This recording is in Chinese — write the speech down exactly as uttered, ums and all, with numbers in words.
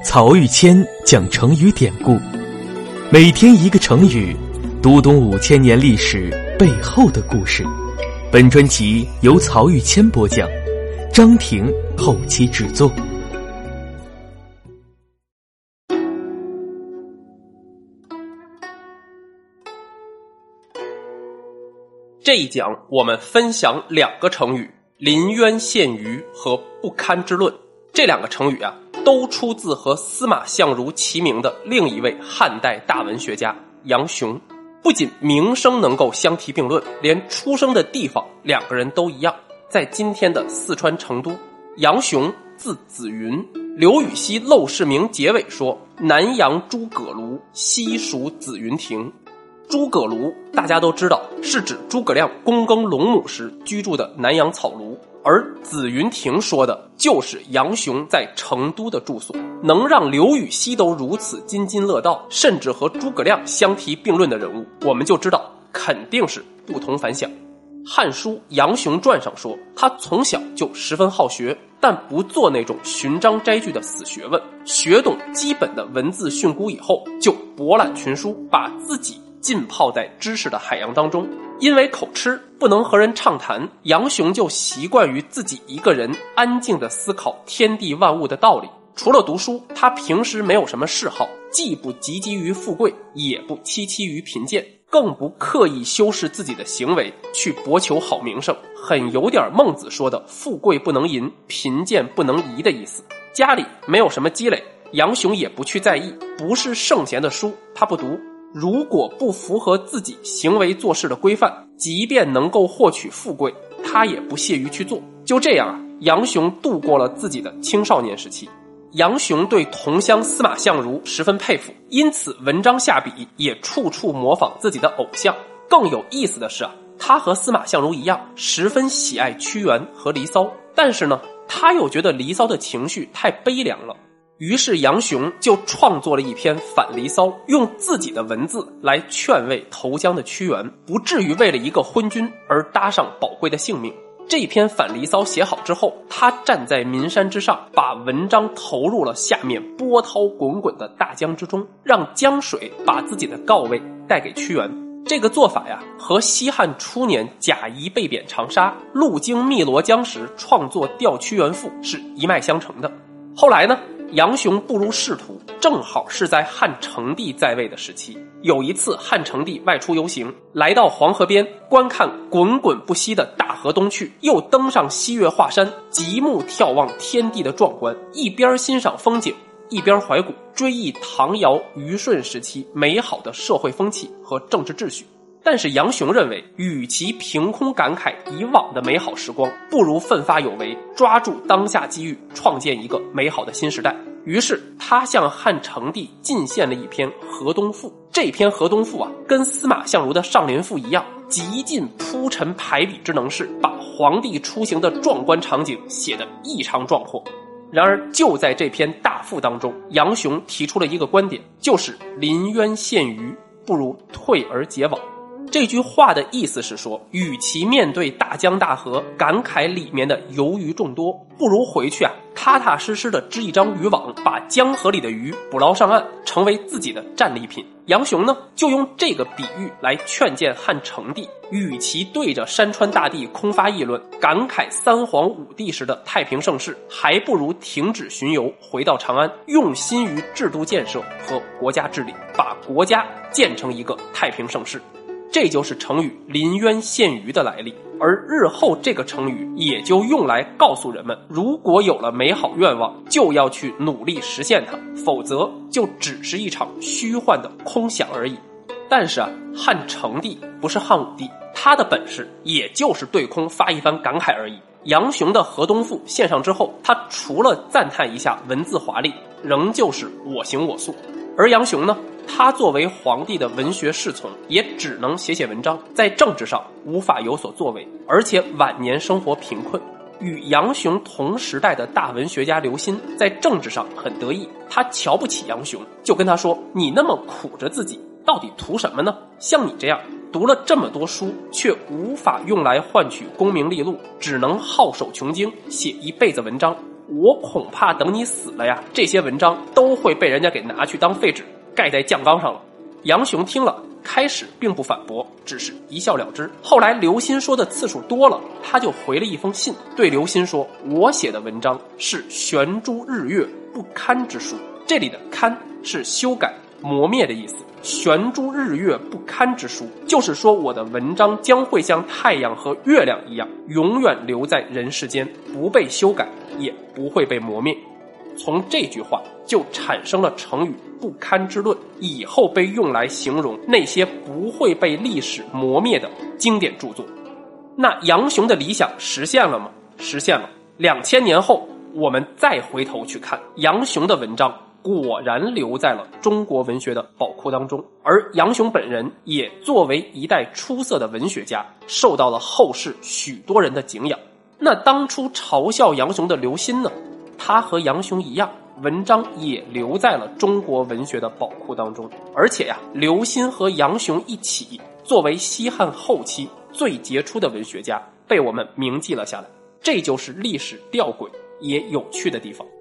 曹玉谦讲成语典故，每天一个成语，读懂五千年历史背后的故事。本专辑由曹玉谦播讲，张婷后期制作。 这一讲我们分享两个成语，临渊羡鱼和不堪之论。这两个成语啊，都出自和司马相如齐名的另一位汉代大文学家杨雄。不仅名声能够相提并论，连出生的地方两个人都一样，在今天的四川成都。杨雄字子云，刘禹锡《陋室铭》结尾说：南阳诸葛庐，西蜀子云亭。诸葛庐大家都知道是指诸葛亮躬耕陇亩时居住的南阳草庐，而紫云亭说的就是杨雄在成都的住所。能让刘禹锡都如此津津乐道，甚至和诸葛亮相提并论的人物，我们就知道肯定是不同凡响。汉书《杨雄传》上说，他从小就十分好学，但不做那种寻章摘句的死学问，学懂基本的文字训诂以后，就博览群书，把自己浸泡在知识的海洋当中。因为口吃不能和人畅谈，杨雄就习惯于自己一个人安静地思考天地万物的道理。除了读书，他平时没有什么嗜好，既不汲汲于富贵，也不戚戚于贫贱，更不刻意修饰自己的行为去博求好名声，很有点孟子说的富贵不能淫，贫贱不能移的意思。家里没有什么积累，杨雄也不去在意，不是圣贤的书他不读，如果不符合自己行为做事的规范，即便能够获取富贵，他也不屑于去做。就这样啊，杨雄度过了自己的青少年时期。杨雄对同乡司马相如十分佩服，因此文章下笔也处处模仿自己的偶像。更有意思的是啊，他和司马相如一样，十分喜爱屈原和离骚，但是呢，他又觉得离骚的情绪太悲凉了。于是杨雄就创作了一篇反离骚，用自己的文字来劝慰投江的屈原，不至于为了一个昏君而搭上宝贵的性命。这篇反离骚写好之后，他站在岷山之上，把文章投入了下面波涛滚滚的大江之中，让江水把自己的告慰带给屈原。这个做法呀，和西汉初年贾谊被贬长沙，路经汨罗江时创作《吊屈原赋》是一脉相承的。后来呢，杨雄步入仕途，正好是在汉成帝在位的时期。有一次汉成帝外出游行，来到黄河边观看滚滚不息的大河东去，又登上西岳华山，极目眺望天地的壮观，一边欣赏风景，一边怀古，追忆唐尧虞舜时期美好的社会风气和政治秩序。但是杨雄认为，与其凭空感慨以往的美好时光，不如奋发有为，抓住当下机遇，创建一个美好的新时代。于是他向汉成帝进献了一篇《河东赋》。这篇《河东赋》啊，跟司马相如的《上林赋》一样，极尽铺陈排比之能事，把皇帝出行的壮观场景写得异常壮阔。然而就在这篇大赋当中，杨雄提出了一个观点，就是临渊羡鱼，不如退而结网。这句话的意思是说，与其面对大江大河感慨里面的游鱼众多，不如回去啊，踏踏实实的织一张渔网，把江河里的鱼捕捞上岸，成为自己的战利品。杨雄呢，就用这个比喻来劝谏汉成帝，与其对着山川大地空发议论，感慨三皇五帝时的太平盛世，还不如停止巡游，回到长安，用心于制度建设和国家治理，把国家建成一个太平盛世。这就是成语临渊羡鱼的来历，而日后这个成语也就用来告诉人们，如果有了美好愿望，就要去努力实现它，否则就只是一场虚幻的空想而已。但是啊，汉成帝不是汉武帝，他的本事也就是对空发一番感慨而已。杨雄的《河东赋》献上之后，他除了赞叹一下文字华丽，仍旧是我行我素。而杨雄呢，他作为皇帝的文学侍从，也只能写写文章，在政治上无法有所作为，而且晚年生活贫困。与杨雄同时代的大文学家刘歆在政治上很得意，他瞧不起杨雄，就跟他说，你那么苦着自己，到底图什么呢？像你这样读了这么多书，却无法用来换取功名利禄，只能好手穷经，写一辈子文章， 我恐怕等你死了呀，这些文章都会被人家给拿去当废纸，盖在酱缸上了。杨雄听了，开始并不反驳，只是一笑了之。后来刘歆说的次数多了，他就回了一封信，对刘歆说，我写的文章是悬诸日月不堪之书。这里的堪是修改磨灭的意思，悬诸日月不堪之书，就是说我的文章将会像太阳和月亮一样，永远留在人世间，不被修改，也不会被磨灭。从这句话就产生了成语不堪之论，以后被用来形容那些不会被历史磨灭的经典著作。那杨雄的理想实现了吗？实现了。两千年后，我们再回头去看杨雄的文章，果然留在了中国文学的宝库当中，而杨雄本人也作为一代出色的文学家，受到了后世许多人的敬仰。那当初嘲笑杨雄的刘歆呢？他和杨雄一样，文章也留在了中国文学的宝库当中。而且呀，刘歆和杨雄一起，作为西汉后期最杰出的文学家，被我们铭记了下来。这就是历史吊诡也有趣的地方。